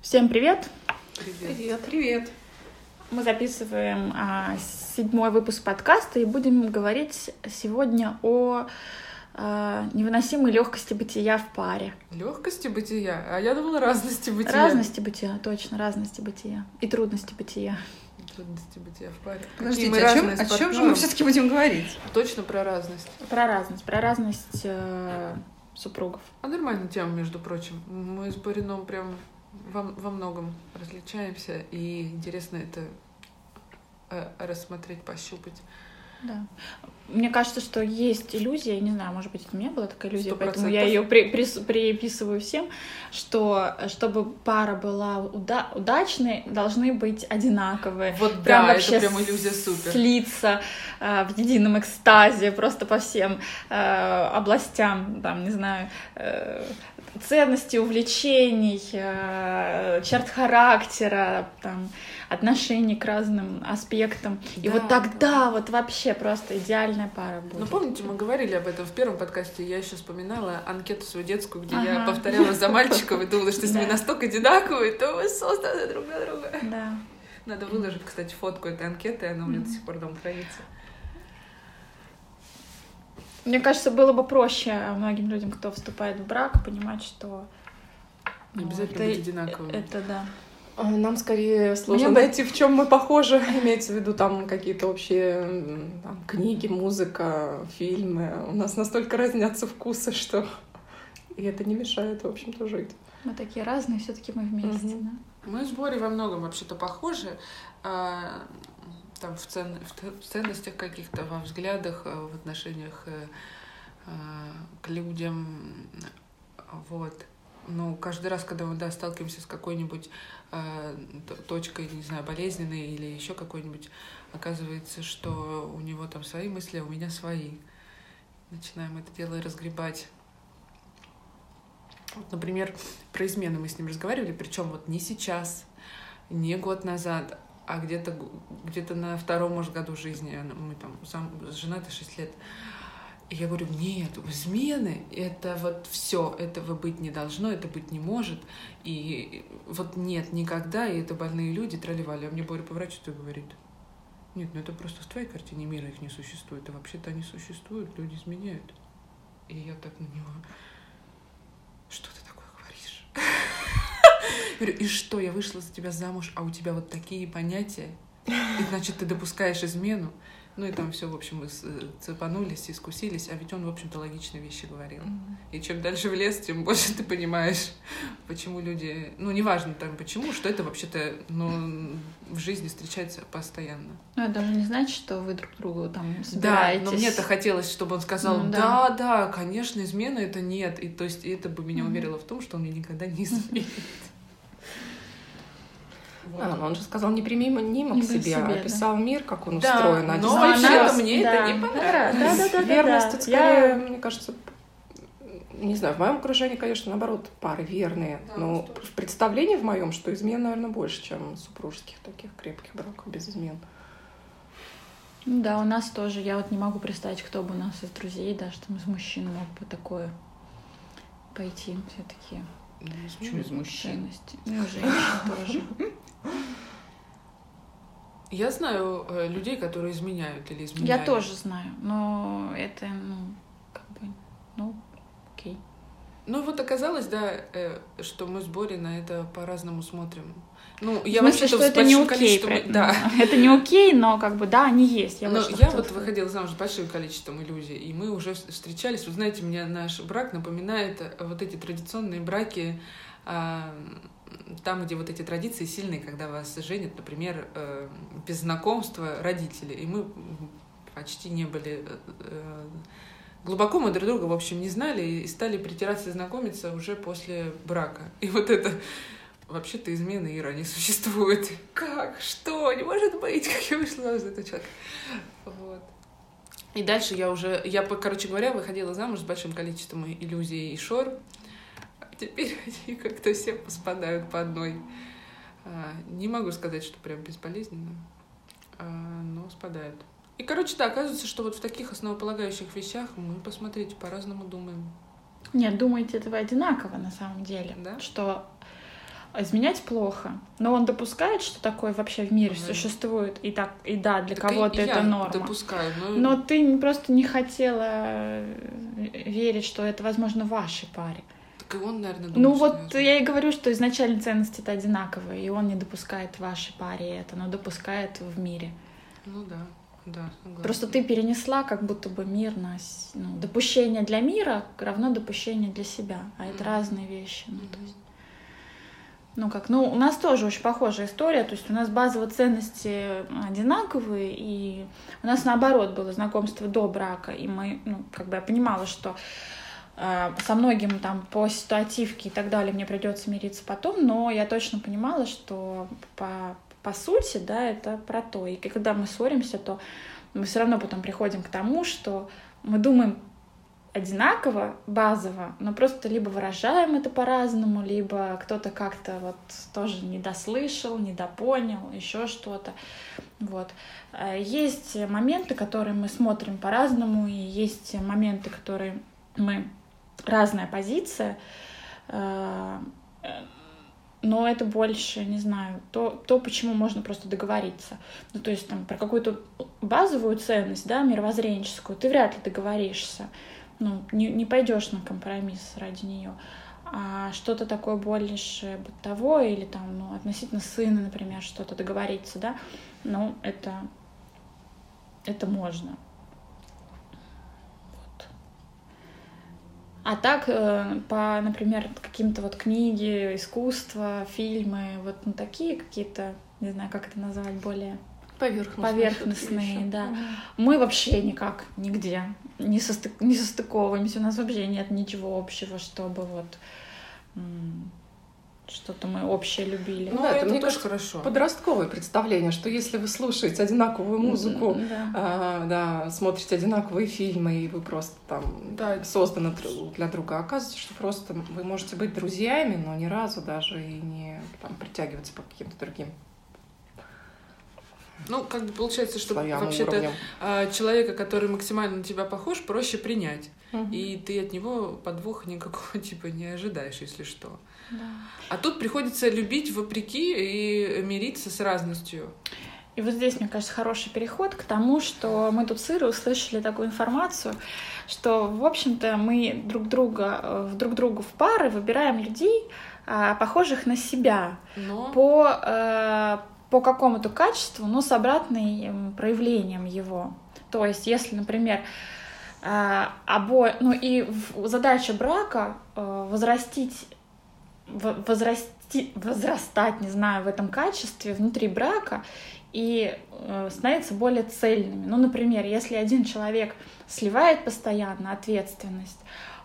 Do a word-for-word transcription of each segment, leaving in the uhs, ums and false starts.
Всем привет! Привет. Привет. Привет. Мы записываем а, седьмой выпуск подкаста и будем говорить сегодня о а, невыносимой легкости бытия в паре. Легкости бытия? А я думала разности бытия. Разности бытия, точно, разности бытия. И трудности бытия. Трудности бытия в паре. Подождите, мы о чем, о чем же мы все-таки будем говорить? Точно про разность. Про разность, про разность э, супругов. А нормальная тема, между прочим. Мы с Борином прям во, во многом различаемся, и интересно это э, рассмотреть, пощупать. Да. Мне кажется, что есть иллюзия, не знаю, может быть, у меня была такая иллюзия, сто процентов. поэтому я ее при, при, приписываю всем, что чтобы пара была уда- удачной, должны быть одинаковые. Вот прям да, вообще это прям иллюзия супер. Слиться э, в едином экстазе просто по всем э, областям, там, не знаю, э, ценностей, увлечений, э, черт характера, там, отношений к разным аспектам. И да, вот тогда да. вот вообще просто идеальная пара будет. Ну, помните, мы говорили об этом в первом подкасте, я еще вспоминала анкету свою детскую, где ага. я повторяла за мальчиков и думала, что с ними настолько одинаковые, то вы созданы друг для друга. Да. Надо выложить, кстати, фотку этой анкеты, она у меня до сих пор дома хранится. Мне кажется, было бы проще многим людям, кто вступает в брак, понимать, что не обязательно это, быть одинаковым. Это да. Нам скорее сложно Мне найти, в чем мы похожи. Имеется в виду там какие-то общие там, книги, музыка, фильмы. У нас настолько разнятся вкусы, что и это не мешает, в общем-то, жить. Мы такие разные, все-таки мы вместе, угу. да? Мы с Борей во многом вообще-то похожи. А, там в, цен... в ценностях каких-то, во взглядах, в отношениях а, к людям. Вот. Ну, каждый раз, когда мы да, сталкиваемся с какой-нибудь э, точкой, не знаю, болезненной или еще какой-нибудь, оказывается, что у него там свои мысли, а у меня свои. Начинаем это дело разгребать. Вот, например, про измены мы с ним разговаривали, причем вот не сейчас, не год назад, а где-то, где-то на втором, может, году жизни. Мы там женаты шесть лет. И я говорю, нет, измены — это вот все, этого быть не должно, это быть не может. И вот нет, никогда, и это больные люди тролливали. А мне Боря поворачивается и говорит, нет, ну это просто в твоей картине мира их не существует, а вообще-то они существуют, люди изменяют. И я так на него, что ты такое говоришь? Я говорю, и что, я вышла за тебя замуж, а у тебя вот такие понятия? И значит, ты допускаешь измену? Ну и там все, в общем, мы цепанулись, искусились, а ведь он, в общем-то, логичные вещи говорил. Mm-hmm. И чем дальше в лес, тем больше ты понимаешь, почему люди... Ну, неважно там почему, что это вообще-то ну, в жизни встречается постоянно. Ну, это даже не значит, что вы друг другу там собираетесь. Да, но мне-то хотелось, чтобы он сказал, ну, да, да, да, конечно, измена — это нет. И то есть это бы меня mm-hmm. уверило в том, что он мне никогда не изменит. Вот. А, но он же сказал неприменимо к себе, себе, описал да. мир, как он да, устроен. А но она, мне да. это не понравилось. Да, да, да, Верность, да, да. это скорее, Я... мне кажется, не знаю, в моем окружении, конечно, наоборот, пары верные. Да, но в представлении в моем, что измен, наверное, больше, чем супружеских таких крепких браков без измен. Да, у нас тоже. Я вот не могу представить, кто бы у нас из друзей, да, что мы с мужчиной мог бы такое пойти. Все такие. Почему из мужчин? Ну, женщин тоже. Я знаю э, людей, которые изменяют или изменяют. Я тоже знаю, но это, ну, как бы, ну, окей. Ну, вот оказалось, да, э, что мы с Борей на это по-разному смотрим. Ну, я в смысле, что это не окей, про... да. Это не окей, но как бы, да, они есть. Я, но вот, я вот выходила замуж с большим количеством иллюзий, и мы уже встречались. Вы знаете, мне наш брак напоминает вот эти традиционные браки, а, там, где вот эти традиции сильные, когда вас женят, например, э, без знакомства родители. И мы почти не были... Э, глубоко мы друг друга, в общем, не знали и стали притираться и знакомиться уже после брака. И вот это... Вообще-то измены, Ира, не существует. Как? Что? Не может быть? Как я вышла за этого человека? Вот. И дальше я уже... Я, короче говоря, выходила замуж с большим количеством иллюзий и шор. А теперь они как-то все поспадают по одной. А, не могу сказать, что прям безболезненно, а, но спадают. И, короче, да, оказывается, что вот в таких основополагающих вещах мы, посмотрите, по-разному думаем. Нет, думаете, это вы одинаково на самом деле. Да? Что изменять плохо, но он допускает, что такое вообще в мире Ага. существует, и так, и да, для Так и кого-то это я норма. допускаю, но... Но ты просто не хотела верить, что это возможно в вашей паре. Так и он, наверное, думает, Ну что вот это- я и говорю, что изначально ценности-то одинаковые, и он не допускает в вашей паре это, но допускает в мире. Ну да, да, согласна. Просто ты перенесла как будто бы мир на... с- Ну, допущение для мира равно допущение для себя, а это Мгм. разные вещи. Ну, то Мгм. есть, ну как, ну у нас тоже очень похожая история, то есть у нас базовые ценности одинаковые, и у нас наоборот было знакомство до брака, и мы, ну как бы я понимала, что э, со многим там по ситуативке и так далее мне придется мириться потом, но я точно понимала, что по, по сути, да, это про то, и когда мы ссоримся, то мы все равно потом приходим к тому, что мы думаем одинаково, базово, но просто либо выражаем это по-разному, либо кто-то как-то вот тоже недослышал, недопонял, еще что-то. Вот. А есть моменты, которые мы смотрим по-разному, и есть моменты, которые мы... Разная позиция, э, но это больше, не знаю, то, то, почему можно просто договориться. Ну, то есть там про какую-то базовую ценность, да, мировоззренческую, ты вряд ли договоришься. Ну, не, не пойдешь на компромисс ради нее. А что-то такое больше бытовое или там, ну, относительно сына, например, что-то договориться, да, ну, это, это можно. Вот. А так, э, по, например, каким-то вот книги, искусство, фильмы, вот ну, такие какие-то, не знаю, как это назвать, более Поверхностные. поверхностные, да. Мы вообще никак, нигде не, состык, не состыковываемся, у нас вообще нет ничего общего, чтобы вот м, что-то мы общее любили. Ну, Да, это, это мне тоже кажется, хорошо. Подростковое представление, что если вы слушаете одинаковую музыку, Да. а, да, смотрите одинаковые фильмы, и вы просто там Да. созданы друг для друга, оказывается, что просто вы можете быть друзьями, но ни разу даже и не там, притягиваться по каким-то другим Ну, как бы получается, что слоям и вообще-то уровням. а, человека, который максимально на тебя похож, проще принять. Мгм. И ты от него подвоха никакого типа не ожидаешь, если что. Да. А тут приходится любить вопреки и мириться с разностью. И вот здесь, мне кажется, хороший переход к тому, что мы тут с Ирой услышали такую информацию, что, в общем-то, мы друг друга, э, друг другу в пары выбираем людей, а, похожих на себя, Но по, э, по какому-то качеству, но с обратным проявлением его. То есть, если, например, э, обои... Ну и в- задача брака э, возрастить, в- возрасти... возрастать, не знаю, в этом качестве внутри брака и э, становиться более цельными. Ну, например, если один человек сливает постоянно ответственность,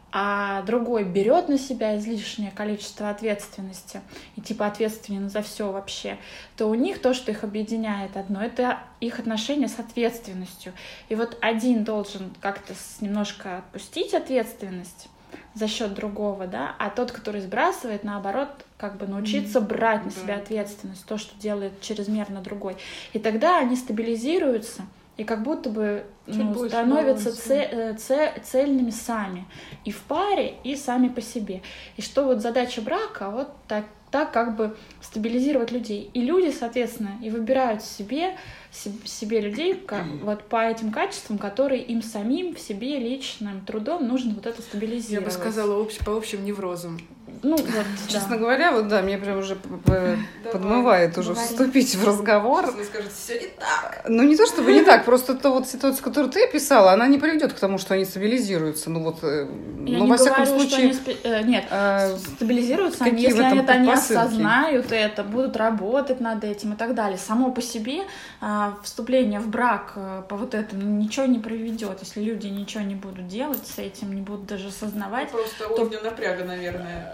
а другой берет на себя излишнее количество ответственности и типа ответственен за все вообще, то у них то, что их объединяет одно, это их отношения с ответственностью. И вот один должен как-то с- немножко отпустить ответственность за счет другого, да, а тот, который сбрасывает, наоборот, как бы научиться брать на Да. себя ответственность, то, что делает чрезмерно другой. И тогда они стабилизируются и как будто бы Чуть ну, больше становятся баланса. це- э, це- цельными сами и в паре, и сами по себе. И что вот задача брака вот так, так как бы стабилизировать людей. И люди, соответственно, и выбирают себе, се- себе людей как, вот по этим качествам, которые им самим в себе личным трудом нужно вот это я стабилизировать. бы сказала общ- по общим неврозам. Ну, вот, Честно да. говоря, вот да, мне прям уже п- п- подмывает уже Говори. вступить в разговор. Она скажет, все не так. Ну, не то чтобы не так, просто та вот ситуация, которую ты описала, она не приведет к тому, что они стабилизируются. Ну, вот, э, Я ну, не во всяком говорю, что случае... они спи- э, нет, э, стабилизируются они, какие в если этом они это не предпосылки? осознают это, будут работать над этим и так далее. Само по себе а, вступление в брак а, по вот этому ничего не приведет, если люди ничего не будут делать с этим, не будут даже осознавать, Просто уровня напряга, наверное.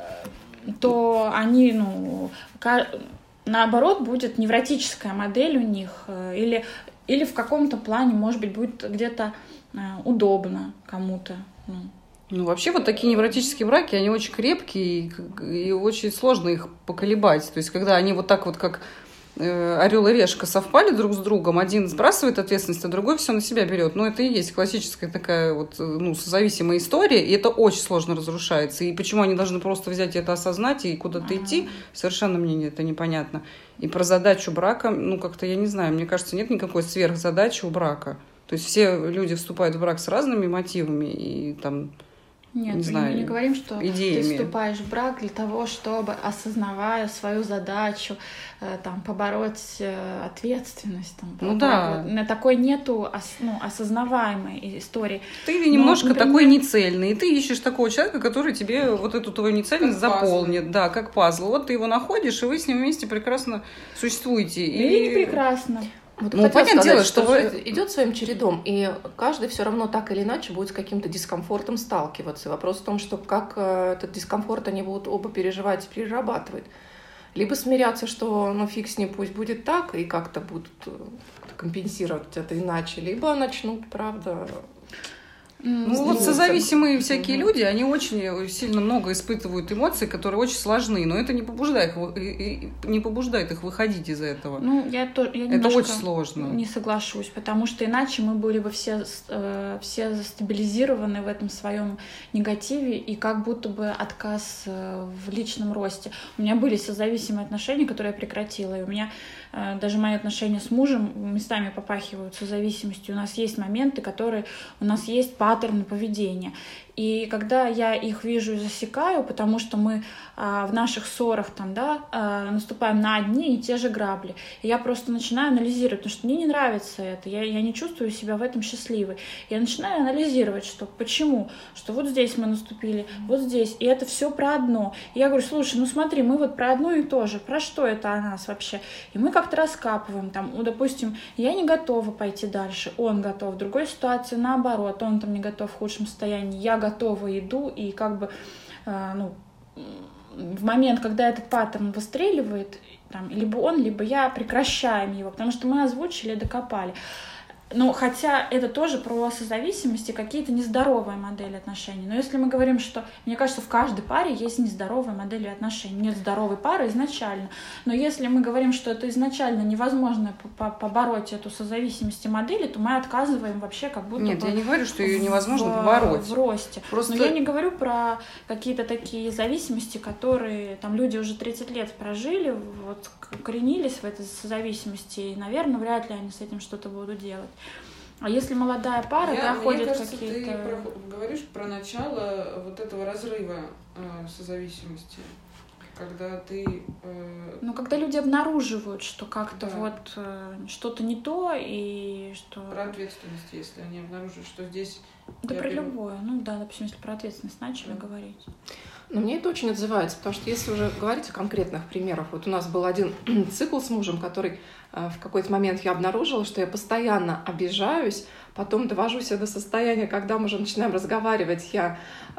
то они, ну, ка- наоборот, будет невротическая модель у них, э, или, или в каком-то плане, может быть, будет где-то э, удобно кому-то. Ну. Ну, вообще, вот такие невротические браки, они очень крепкие, и, к- и очень сложно их поколебать. То есть, когда они вот так вот, как орел и решка совпали друг с другом, один сбрасывает ответственность, а другой все на себя берет. Ну, это и есть классическая такая вот, ну, созависимая история, и это очень сложно разрушается. И почему они должны просто взять это, осознать и куда-то ага. идти, совершенно мне это непонятно. И про задачу брака, ну, как-то, я не знаю, мне кажется, нет никакой сверхзадачи у брака. То есть все люди вступают в брак с разными мотивами, и там... Нет, не знаю, мы не говорим, что идеями. Ты вступаешь в брак для того, чтобы, осознавая свою задачу, э, там, побороть э, ответственность. Там, ну да. На такой нету ос, ну, осознаваемой истории. Ты немножко Но, например... такой нецельный, и ты ищешь такого человека, который тебе вот эту твою нецельность как заполнит. Пазл. Да, как пазл. Вот ты его находишь, и вы с ним вместе прекрасно существуете. Или и... не прекрасно. Вот ну, понятное дело, что, что вы... идет своим чередом, и каждый все равно так или иначе будет с каким-то дискомфортом сталкиваться. Вопрос в том, что как этот дискомфорт они будут оба переживать и перерабатывать. Либо смиряться, что ну фиг с ним, пусть будет так, и как-то будут компенсировать это иначе, либо начнут, правда... Ну, вот созависимые всякие люди, они очень сильно много испытывают эмоций, которые очень сложны, но это не побуждает их, не побуждает их выходить из этого. Ну, я, то, я это очень сложно. Не соглашусь, потому что иначе мы были бы все, э, все застабилизированы в этом своем негативе, и как будто бы отказ э, в личном росте. У меня были созависимые отношения, которые я прекратила, и у меня э, даже мои отношения с мужем местами попахивают созависимостью. У нас есть моменты, которые... У нас есть паттерны поведения. И когда я их вижу и засекаю, потому что мы а, в наших ссорах там, да, а, наступаем на одни и те же грабли, и я просто начинаю анализировать, потому что мне не нравится это, я, я не чувствую себя в этом счастливой. Я начинаю анализировать, что почему, что вот здесь мы наступили, вот здесь, и это все про одно. И я говорю, слушай, ну смотри, мы вот про одно и то же, про что это о нас вообще? И мы как-то раскапываем, там, ну, допустим, я не готова пойти дальше, он готов, в другой ситуации наоборот, он там не готов в худшем состоянии, я готова, иду, и как бы, э, ну, в момент, когда этот паттерн выстреливает, там, либо он, либо я, прекращаем его, потому что мы озвучили и докопали. Ну, хотя это тоже про созависимости, какие-то нездоровые модели отношений. Но если мы говорим, что, мне кажется, в каждой паре есть нездоровые модели отношений. Нет здоровой пары изначально. Но если мы говорим, что это изначально невозможно побороть эту созависимость модели, то мы отказываем вообще как будто Нет, бы... я не говорю, что ее невозможно в, побороть. В росте. Просто... Но я не говорю про какие-то такие зависимости, которые там люди уже тридцать лет прожили, вот, укоренились в этой созависимости, и, наверное, вряд ли они с этим что-то будут делать. А если молодая пара Я, проходит мне кажется, какие-то... ты про, говоришь про начало вот этого разрыва э, созависимости, когда ты... Э... Ну, когда люди обнаруживают, что как-то да. вот э, что-то не то, и что... Про ответственность, если они обнаруживают, что здесь... Да про беру... любое. Ну да, допустим, если про ответственность начали да. говорить. Но мне это очень отзывается, потому что если уже говорить о конкретных примерах, вот у нас был один цикл с мужем, который э, в какой-то момент я обнаружила, что я постоянно обижаюсь, потом довожу себя до состояния, когда мы уже начинаем разговаривать, я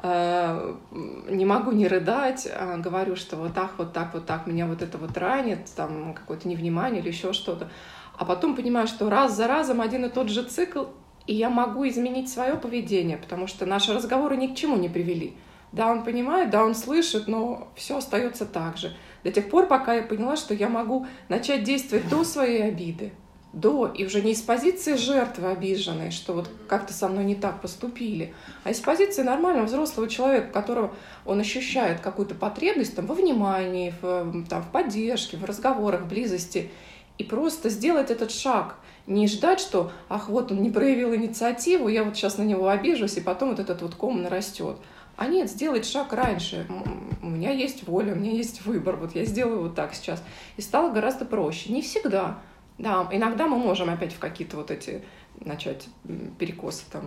э, не могу не рыдать, э, говорю, что вот так, вот так, вот так, меня вот это вот ранит, там какое-то невнимание или еще что-то. А потом понимаю, что раз за разом один и тот же цикл, и я могу изменить свое поведение, потому что наши разговоры ни к чему не привели. Да, он понимает, да, он слышит, но все остается так же. До тех пор, пока я поняла, что я могу начать действовать до своей обиды, до, и уже не из позиции жертвы обиженной, что вот как-то со мной не так поступили, а из позиции нормального взрослого человека, которого он ощущает какую-то потребность там, во внимании, в, там, в поддержке, в разговорах, в близости, и просто сделать этот шаг. Не ждать, что, ах, вот он не проявил инициативу, я вот сейчас на него обижусь, и потом вот этот вот ком нарастет. А нет, сделать шаг раньше. У меня есть воля, у меня есть выбор. Вот я сделаю вот так сейчас. И стало гораздо проще. Не всегда. Да, иногда мы можем опять в какие-то вот эти начать перекосы там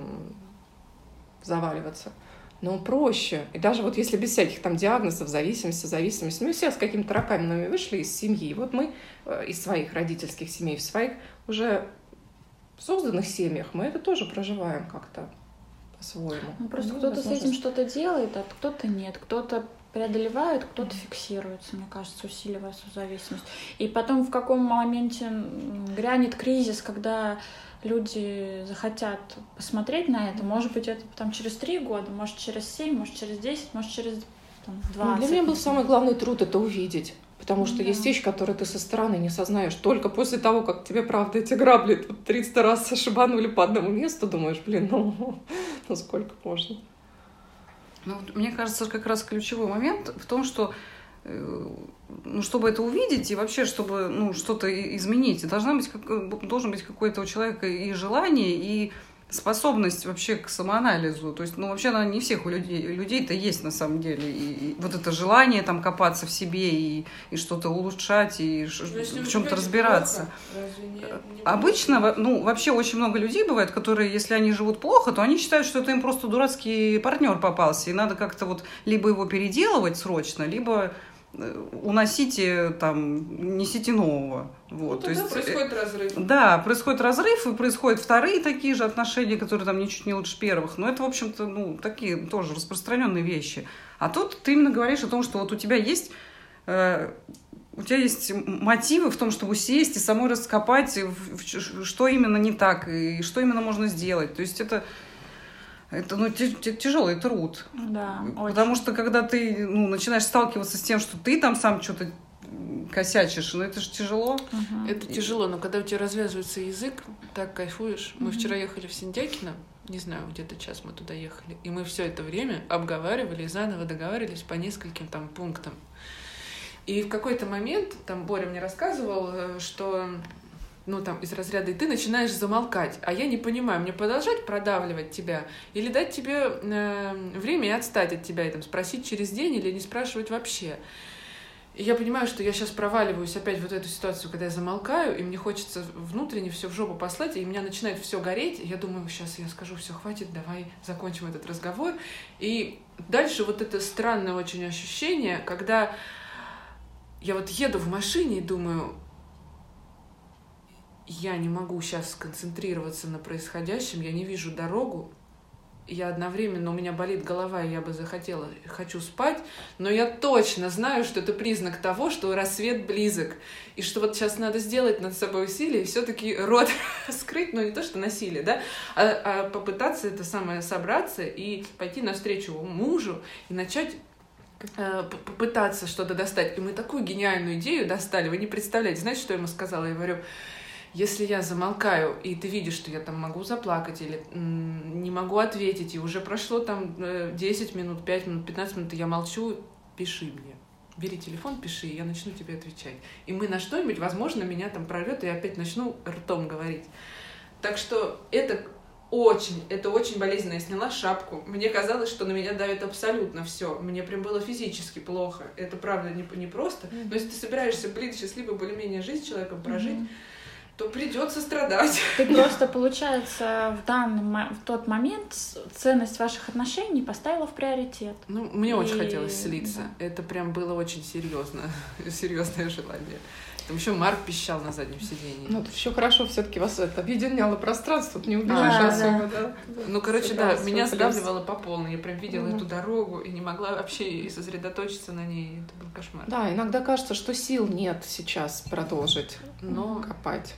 заваливаться. Но проще. И даже вот если без всяких там диагнозов, зависимости, зависимости, мы все с какими-то раками вышли из семьи. Вот мы из своих родительских семей, в своих уже созданных семьях, мы это тоже проживаем как-то. По-своему. Ну, просто ну, кто-то с этим что-то делает, а кто-то нет. Кто-то преодолевает, кто-то mm-hmm. фиксируется, мне кажется, усиливая созависимость. И потом в каком моменте грянет кризис, когда люди захотят посмотреть на это. Может быть, это там через три года, может, через семь, может, через десять, может, через там, двадцать. Ну, для меня был самый главный труд — это увидеть. Потому что Да. есть вещи, которые ты со стороны не сознаешь. Только после того, как тебе, правда, эти грабли тут триста раз шибанули по одному месту, думаешь, блин, ну, ну сколько можно? Ну, вот мне кажется, как раз ключевой момент в том, что э, ну, чтобы это увидеть и вообще, чтобы ну, что-то и- изменить, должна быть, как- должен быть какое-то у человека и желание, и способность вообще к самоанализу. То есть, ну, вообще, она не всех у людей, людей-то есть на самом деле. И, и вот это желание там копаться в себе и, и что-то улучшать, и ш- Но если в у чем-то тебя разбираться. плохо, разве не- не Обычно, во- ну, вообще очень много людей бывает, которые, если они живут плохо, то они считают, что это им просто дурацкий партнер попался, и надо как-то вот либо его переделывать срочно, либо э, уносите, там, несите нового. Ну, Вот, то тогда есть, происходит разрыв. да, происходит разрыв, и происходят вторые такие же отношения, которые там ничуть не лучше первых. Но это, в общем-то, ну, такие тоже распространенные вещи. А тут ты именно говоришь о том, что вот у тебя есть... э, у тебя есть мотивы в том, чтобы сесть и самой раскопать, в- в- что именно не так, и что именно можно сделать. То есть это, это ну, ти- ти- тяжелый труд. Да, очень. Потому что когда ты ну, начинаешь сталкиваться с тем, что ты там сам что-то косячишь, ну это же тяжело. Мгм. Это тяжело, но когда у тебя развязывается язык, так кайфуешь. Мы Мгм. вчера ехали в Синдякино, не знаю, где-то час мы туда ехали, и мы все это время обговаривали и заново договаривались по нескольким там пунктам. И в какой-то момент, там Боря мне рассказывал, э, что ну, там, из разряда, и ты начинаешь замолкать, а я не понимаю, мне продолжать продавливать тебя или дать тебе э, время и отстать от тебя, и там, спросить через день или не спрашивать вообще. И я понимаю, что я сейчас проваливаюсь опять в вот эту ситуацию, когда я замолкаю, и мне хочется внутренне все в жопу послать, и у меня начинает все гореть, и я думаю, сейчас я скажу, все, хватит, давай закончим этот разговор. И дальше вот это странное очень ощущение, когда я вот еду в машине и думаю, я не могу сейчас сконцентрироваться на происходящем, я не вижу дорогу, я одновременно, у меня болит голова, и я бы захотела, хочу спать, но я точно знаю, что это признак того, что рассвет близок, и что вот сейчас надо сделать над собой усилие, и все-таки рот скрыть, ну не то, что насилие, да, а, а попытаться это самое собраться и пойти навстречу мужу и начать э, п- попытаться что-то достать. И мы такую гениальную идею достали, вы не представляете. Знаете, что я ему сказала? Я говорю, если я замолкаю, и ты видишь, что я там могу заплакать или м, не могу ответить, и уже прошло там э, десять минут, пять минут, пятнадцать минут, и я молчу, пиши мне. Бери телефон, пиши, и я начну тебе отвечать. И мы на что-нибудь, возможно, меня там прорвет, и я опять начну ртом говорить. Так что это очень, это очень болезненно. Я сняла шапку. Мне казалось, что на меня давит абсолютно все. Мне прям было физически плохо. Это правда не, не просто. Но если ты собираешься, блин, счастливую более-менее жизнь с человеком прожить, Мгм. то придется страдать. Ты просто, получается, в данный мо- в тот момент с- ценность ваших отношений поставила в приоритет. Ну, мне очень И- хотелось слиться. Это прям было очень серьезно, серьезное желание. Там еще Марк пищал на заднем сиденье. Ну, это еще хорошо, все-таки вас это объединяло пространство, тут не убежишь Да, особо, да. Ну, короче, Сыграла да, свой меня плюс. сдавливало по полной. Я прям видела Мгм. эту дорогу и не могла вообще и сосредоточиться на ней. Это был кошмар. Да, иногда кажется, что сил нет сейчас продолжить Но копать.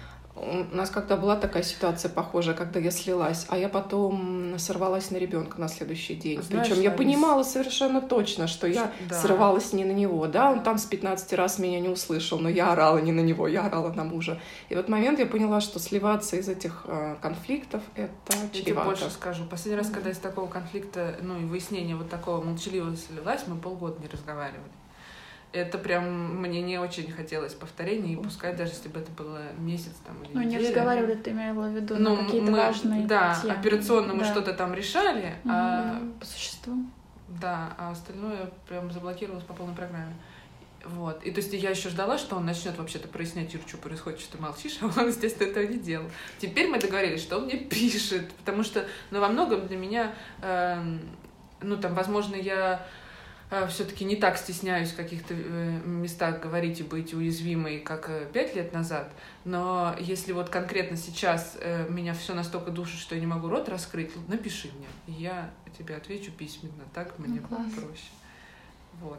У нас когда была такая ситуация похожая, когда я слилась, а я потом сорвалась на ребенка на следующий день. Знаешь, Причем я Ларис, понимала совершенно точно, что я да. срывалась не на него. Да, он там с пятнадцати раз меня не услышал, но я орала не на него, я орала на мужа. И в этот момент я поняла, что сливаться из этих э, конфликтов — это я тебе чревато. больше скажу. Последний раз, когда из такого конфликта, ну и выяснения вот такого молчаливого слилась, мы полгода не разговаривали. Это прям мне не очень хотелось повторения, и пускай даже если бы это было месяц там или Ну, не неделя. разговаривали, ты имела в виду Ну, на какие-то мы, важные да, темы. операционно мы Да. что-то там решали, а, Мгм. По существу. да, а остальное прям заблокировалось по полной программе. Вот. И то есть я еще ждала, что он начнет вообще-то прояснять, Юр, что происходит, что ты молчишь, а он, естественно, этого не делал. Теперь мы договорились, что он мне пишет, потому что, ну, во многом для меня, эм, ну, там, возможно, я все-таки не так стесняюсь в каких-то э, местах говорить и быть уязвимой, как э, пять лет назад, но если вот конкретно сейчас э, меня все настолько душит, что я не могу рот раскрыть, напиши мне, и я тебе отвечу письменно, так мне Ну, класс. проще. Вот.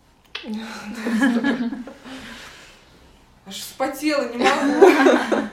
Аж вспотела, не могу.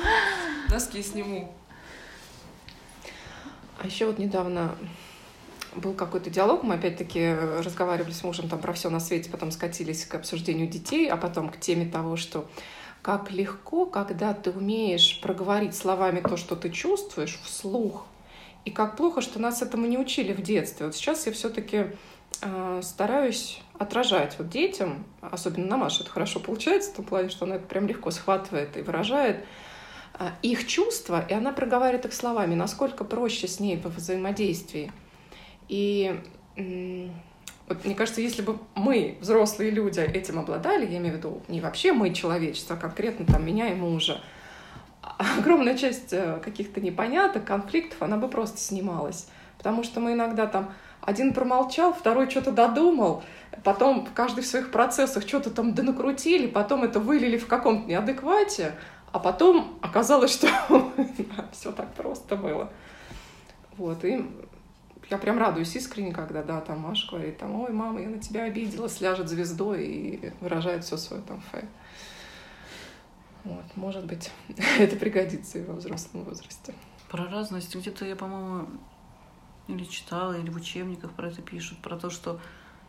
Носки сниму. А еще вот недавно был какой-то диалог, мы опять-таки разговаривали с мужем там про все на свете, потом скатились к обсуждению детей, а потом к теме того, что как легко, когда ты умеешь проговорить словами то, что ты чувствуешь, вслух, и как плохо, что нас этому не учили в детстве. Вот сейчас я все-таки э, стараюсь отражать вот детям, особенно на Маше это хорошо получается, в том плане, что она это прям легко схватывает и выражает э, их чувства, и она проговаривает их словами, насколько проще с ней во взаимодействии. И вот мне кажется, если бы мы, взрослые люди, этим обладали, я имею в виду не вообще мы, человечество, а конкретно там меня и мужа, огромная часть каких-то непоняток, конфликтов, она бы просто снималась. Потому что мы иногда там один промолчал, второй что-то додумал, потом каждый в своих процессах что-то там донакрутили, потом это вылили в каком-то неадеквате, а потом оказалось, что все так просто было. Вот, и я прям радуюсь искренне, когда, да, там Маша говорит, там, ой, мама, я на тебя обиделась, ляжет звездой и выражает все свое там фэ. Вот, может быть, это пригодится и во взрослом возрасте. Про разность где-то я, по-моему, или читала, или в учебниках про это пишут, про то, что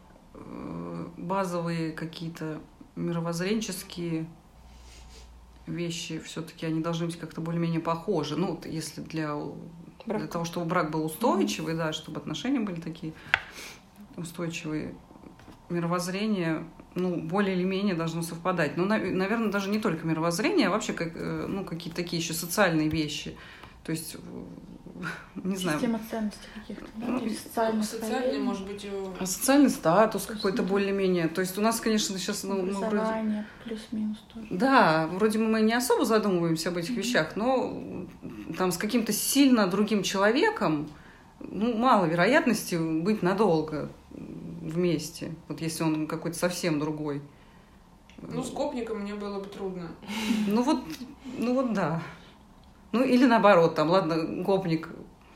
базовые какие-то мировоззренческие вещи все-таки они должны быть как-то более-менее похожи. Ну, вот если для... Для того, чтобы брак был устойчивый, mm-hmm. да, чтобы отношения были такие устойчивые, мировоззрение, ну, более или менее должно совпадать. Ну, на, наверное, даже не только мировоззрение, а вообще как, ну, какие-то такие еще социальные вещи. То есть, не знаю. Система ценностей каких-то, да? Ну, или социальный, социальный, может быть, а социальный статус какой-то более-менее. То есть у нас, конечно, сейчас... Ну, образование, вроде... плюс-минус тоже. Да, вроде мы не особо задумываемся об этих mm-hmm. вещах, но там с каким-то сильно другим человеком, ну, мало вероятности быть надолго вместе. Вот если он какой-то совсем другой. Ну, с гопником мне было бы трудно. Ну вот, ну вот да. Ну, или наоборот, там, ладно, гопник,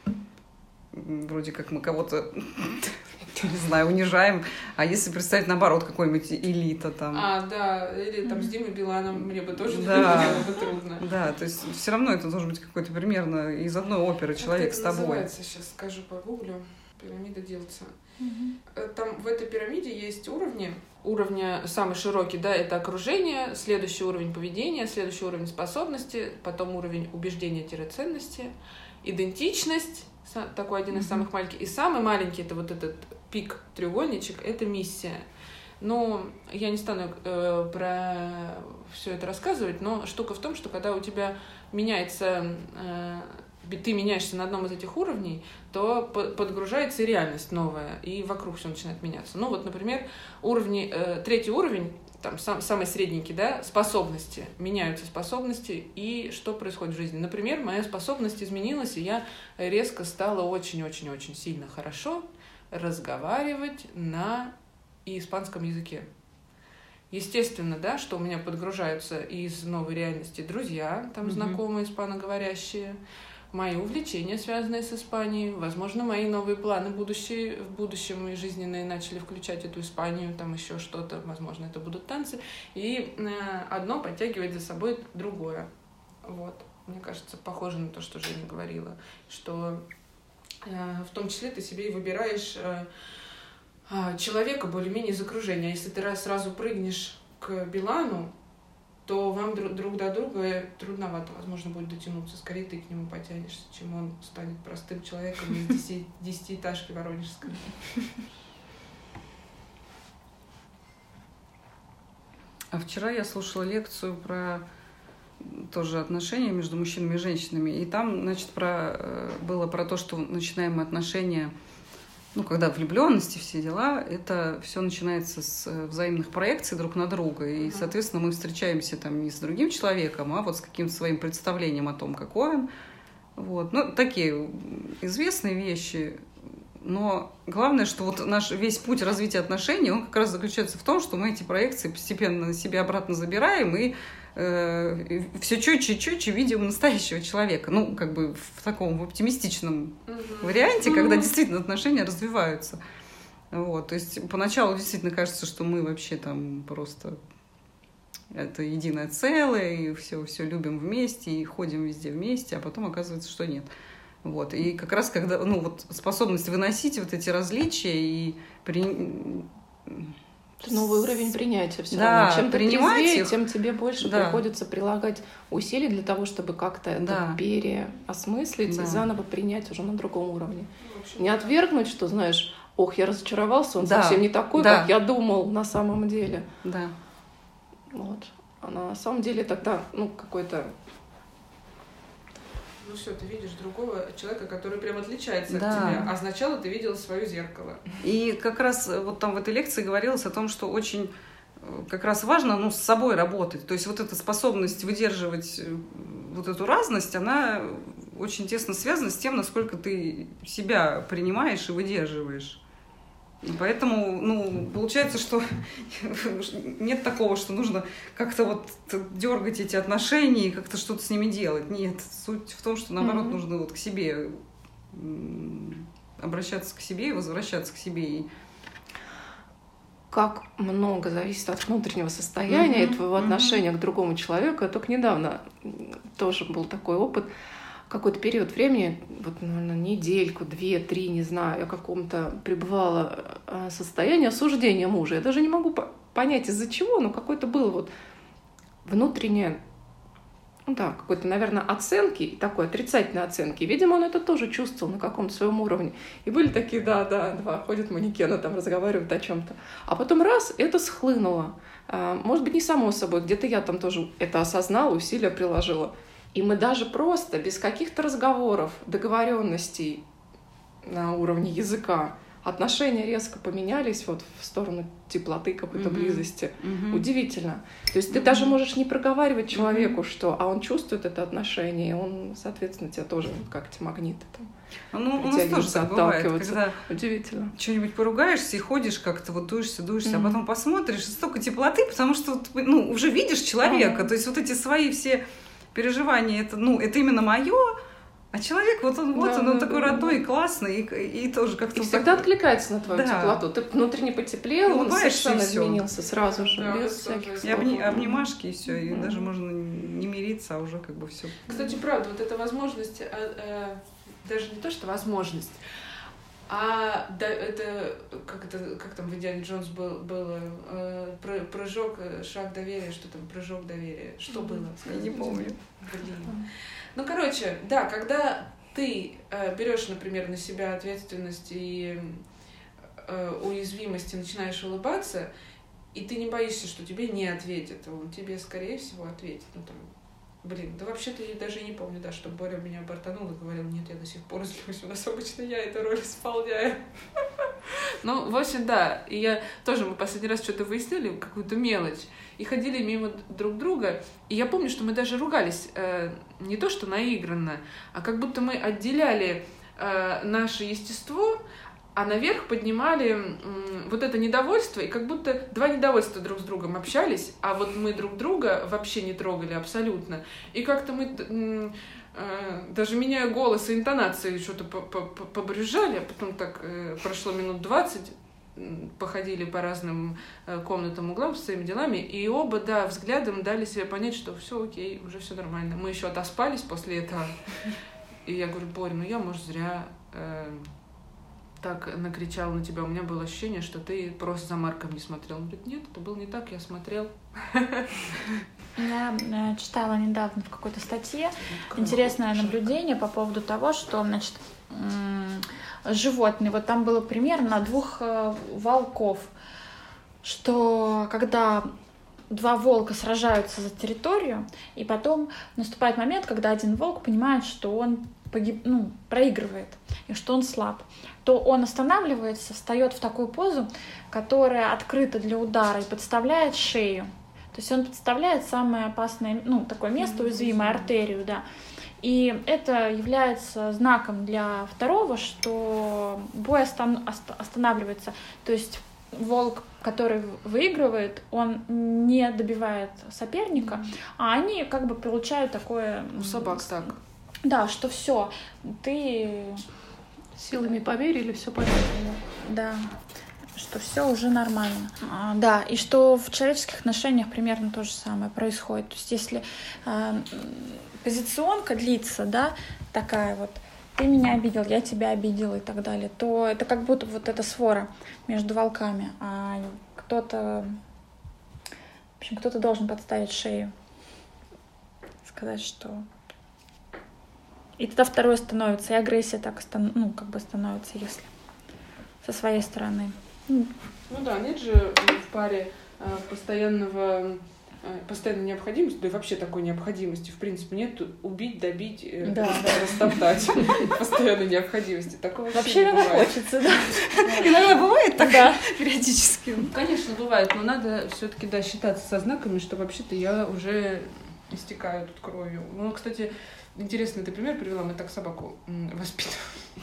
вроде как мы кого-то, не знаю, унижаем, а если представить, наоборот, какой-нибудь элита там. А, да, или там с Димой Биланом мне бы тоже да. было бы трудно. Да, то есть все равно это должен быть какой-то примерно из одной оперы человек как с тобой. Называется, сейчас скажу, погуглю. Пирамида Дилца. Угу. Там в этой пирамиде есть уровни. Уровня самый широкий, да, это окружение, следующий уровень поведения, следующий уровень способности, потом уровень убеждения-ценности, идентичность, такой один из mm-hmm. самых маленьких, и самый маленький, это вот этот пик, треугольничек, это миссия. Но я не стану э, про все это рассказывать, но штука в том, что когда у тебя меняется... Э, ты меняешься на одном из этих уровней, то подгружается и реальность новая, и вокруг все начинает меняться. Ну вот, например, уровни, э, третий уровень, там сам, самый средненький, да, способности. Меняются способности, и что происходит в жизни. Например, моя способность изменилась, и я резко стала очень-очень-очень сильно хорошо разговаривать на испанском языке. Естественно, да, что у меня подгружаются из новой реальности друзья, там mm-hmm. знакомые испаноговорящие, мои увлечения, связанные с Испанией, возможно, мои новые планы будущие, в будущем и жизненные начали включать эту Испанию, там еще что-то, возможно, это будут танцы, и э, одно подтягивает за собой другое. Вот. Мне кажется, похоже на то, что Женя говорила, что э, в том числе ты себе и выбираешь э, э, человека более-менее из окружения. Если ты раз сразу прыгнешь к Билану, то вам друг, друг до друга трудновато, возможно, будет дотянуться. Скорее ты к нему потянешься, чем он станет простым человеком из десятиэтажки воронежской. А вчера я слушала лекцию про тоже отношения между мужчинами и женщинами. И там, значит, про, было про то, что начинаем мы отношения, ну, когда влюбленности, все дела, это все начинается с взаимных проекций друг на друга. И, соответственно, мы встречаемся там не с другим человеком, а вот с каким-то своим представлением о том, какой он. Вот. Ну, такие известные вещи. Но главное, что вот наш весь путь развития отношений, он как раз заключается в том, что мы эти проекции постепенно на себя обратно забираем и э, все четче и четче видим настоящего человека. Ну, как бы в таком в оптимистичном uh-huh. варианте, uh-huh. когда действительно отношения развиваются. Вот. То есть поначалу действительно кажется, что мы вообще там просто это единое целое, и все, все любим вместе, и ходим везде вместе, а потом оказывается, что нет. Вот. И как раз когда, ну, вот способность выносить вот эти различия и при... новый уровень принятия все да, равно. Чем ты трезвее, их. тем тебе больше да. приходится прилагать усилий для того, чтобы как-то это да. переосмыслить да. и заново принять уже на другом уровне. Не отвергнуть, что, знаешь, ох, я разочаровался, он да. совсем не такой, да. как я думал на самом деле. Да. Вот. А на самом деле тогда, ну, какой-то... Ну все, ты видишь другого человека, который прям отличается да. от тебя. А сначала ты видела свое зеркало. И как раз вот там в этой лекции говорилось о том, что очень как раз важно, ну, с собой работать. То есть вот эта способность выдерживать вот эту разность, она очень тесно связана с тем, насколько ты себя принимаешь и выдерживаешь. И поэтому, ну, получается, что нет такого, что нужно как-то вот дергать эти отношения и как-то что-то с ними делать. Нет, суть в том, что, наоборот, mm-hmm. нужно вот к себе обращаться к себе и возвращаться к себе. И... Как много зависит от внутреннего состояния mm-hmm. и твоего mm-hmm. отношения к другому человеку. Я только недавно тоже был такой опыт. Какой-то период времени, вот, наверное, недельку, две, три, не знаю, я в каком-то пребывала состоянии осуждения мужа. Я даже не могу понять, из-за чего, но какое-то было вот внутреннее, ну да, какой-то, наверное, оценки, такой отрицательной оценки. Видимо, он это тоже чувствовал на каком-то своем уровне. И были такие, да, да, два, ходят манекены, там разговаривают о чем-то. А потом раз, это схлынуло. Может быть, не само собой, где-то я там тоже это осознала, усилия приложила. И мы даже просто, без каких-то разговоров, договоренностей на уровне языка, отношения резко поменялись вот в сторону теплоты, какой-то mm-hmm. близости. Mm-hmm. Удивительно. То есть mm-hmm. ты даже можешь не проговаривать человеку, mm-hmm. что, а он чувствует это отношение, и он, соответственно, тебя тоже как эти магниты там. Ну, у нас тоже так бывает, когда удивительно. Что-нибудь поругаешься и ходишь как-то, вот дуешься, дуешься, mm-hmm. а потом посмотришь, и столько теплоты, потому что ну, уже видишь человека, mm-hmm. то есть вот эти свои все переживания, это, ну, это именно мое, а человек, вот он, вот да, он, он да, такой да, родной, да. классный, и, и тоже как-то... И всегда так... откликается на твою да. теплоту. Ты внутренне потеплел, он совершенно изменился сразу же, да, без всяких слов. И обни... обнимашки, и все, и mm-hmm. даже можно не мириться, а уже как бы все. Кстати, правда, вот эта возможность, а, а, даже не то, что возможность, а да, это, как это, как там в «Индиане Джонс» был, было, э, прыжок, шаг доверия, что там, прыжок доверия, что mm-hmm. было? Я не помню. Блин. Ну, короче, да, когда ты э, берешь, например, на себя ответственность и э, уязвимость и начинаешь улыбаться, и ты не боишься, что тебе не ответят, он тебе, скорее всего, ответит. Ну, там, блин, да вообще-то я даже не помню, да, что Боря меня бортанул и говорил, нет, я до сих пор злюсь, у нас обычно я эту роль исполняю. Ну, в общем, да, и я тоже, мы последний раз что-то выяснили, какую-то мелочь, и ходили мимо друг друга, и я помню, что мы даже ругались, э, не то что наигранно, а как будто мы отделяли э, наше естество, а наверх поднимали м, вот это недовольство, и как будто два недовольства друг с другом общались, а вот мы друг друга вообще не трогали абсолютно. И как-то мы, м, э, даже меняя голос и интонации, что-то побрюзжали, а потом так э, прошло минут двадцать, походили по разным э, комнатам, углам с своими делами, и оба, да, взглядом дали себе понять, что все окей, уже все нормально. Мы еще отоспались после этого. И я говорю, Боря, ну я, может, зря... Э, так накричал на тебя, у меня было ощущение, что ты просто за Марком не смотрел. Он говорит, нет, это было не так, я смотрел. Я читала недавно в какой-то статье интересное наблюдение по поводу того, что, значит, животные, вот там было примерно двух волков, что когда два волка сражаются за территорию, и потом наступает момент, когда один волк понимает, что он погиб, ну, проигрывает, и что он слаб, то он останавливается, встает в такую позу, которая открыта для удара, и подставляет шею. То есть он подставляет самое опасное, ну, такое место, уязвимое, артерию, да. И это является знаком для второго, что бой остан- останавливается. То есть волк, который выигрывает, он не добивает соперника, mm-hmm. а они как бы получают такое... У собак так. Да, что все, ты... Силами померили, все понятно. Да, что все уже нормально. А, да, и что в человеческих отношениях примерно то же самое происходит. То есть если э, позиционка длится, да, такая вот, ты меня обидел, я тебя обидела и так далее, то это как будто вот эта свора между волками, а кто-то, в общем, кто-то должен подставить шею, сказать, что... И тогда второе становится, и агрессия так, ну, как бы становится, если со своей стороны. Ну да, нет же в паре постоянного... постоянной необходимости, да и вообще такой необходимости, в принципе, нет убить, добить, да, растоптать. Постоянной необходимости. Такого вообще иногда хочется, да. Иногда бывает так, да. Периодически. Конечно, бывает, но надо все-таки, да, считаться со знаками, что вообще-то я уже истекаю тут кровью. Ну, кстати, интересный ты пример привела, мы так собаку воспитываем.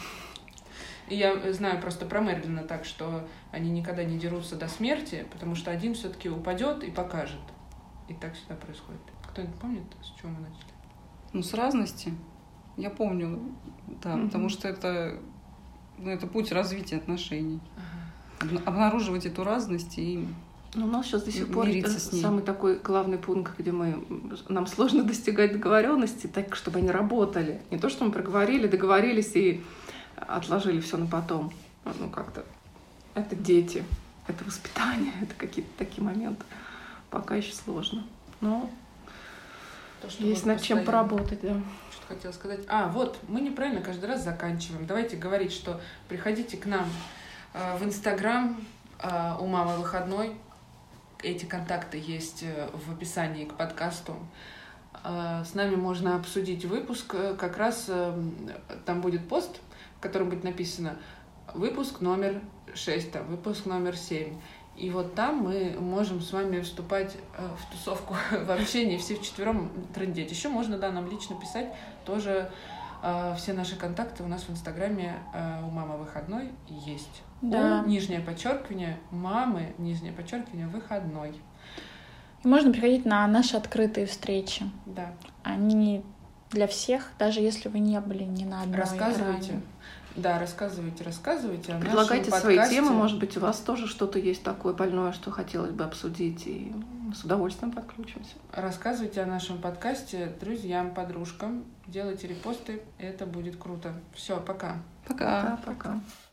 И я знаю просто про Мерлина так, что они никогда не дерутся до смерти, потому что один все-таки упадет и покажет. И так всегда происходит. Кто-нибудь помнит, с чего мы начали? Ну, с разности. Я помню, да, mm-hmm. потому что это, ну, это путь развития отношений. Ага. Обнаруживать эту разность и ну, у нас сейчас до сих пор с самый такой главный пункт, где мы, нам сложно достигать договоренности, так, чтобы они работали. Не то, что мы проговорили, договорились и отложили все на потом. Ну, как-то это дети, это воспитание, это какие-то такие моменты. Пока еще сложно. Но то, что есть над чем поработать, да. Что хотела сказать. А, вот, мы неправильно каждый раз заканчиваем. Давайте говорить, что приходите к нам э, в Инстаграм э, у мамы выходной. Эти контакты есть в описании к подкасту. Э, с нами можно обсудить выпуск. Как раз э, там будет пост, в котором будет написано выпуск номер шесть, там, выпуск номер семь. И вот там мы можем с вами вступать в тусовку, в общение, все вчетвером трындеть. Еще можно, да, нам лично писать. Тоже э, все наши контакты у нас в Инстаграме э, у мамы выходной есть. Да. У, нижнее подчеркивание, мамы, нижнее подчеркивание, выходной. И можно приходить на наши открытые встречи. Да. Они для всех, даже если вы не были ни на одной. Рассказывайте. Ранее. Да, рассказывайте, рассказывайте. О Предлагайте нашем свои подкасте. темы, может быть, у вас тоже что-то есть такое больное, что хотелось бы обсудить, и с удовольствием подключимся. Рассказывайте о нашем подкасте друзьям, подружкам, делайте репосты, это будет круто. Все, пока. Пока. Пока-пока.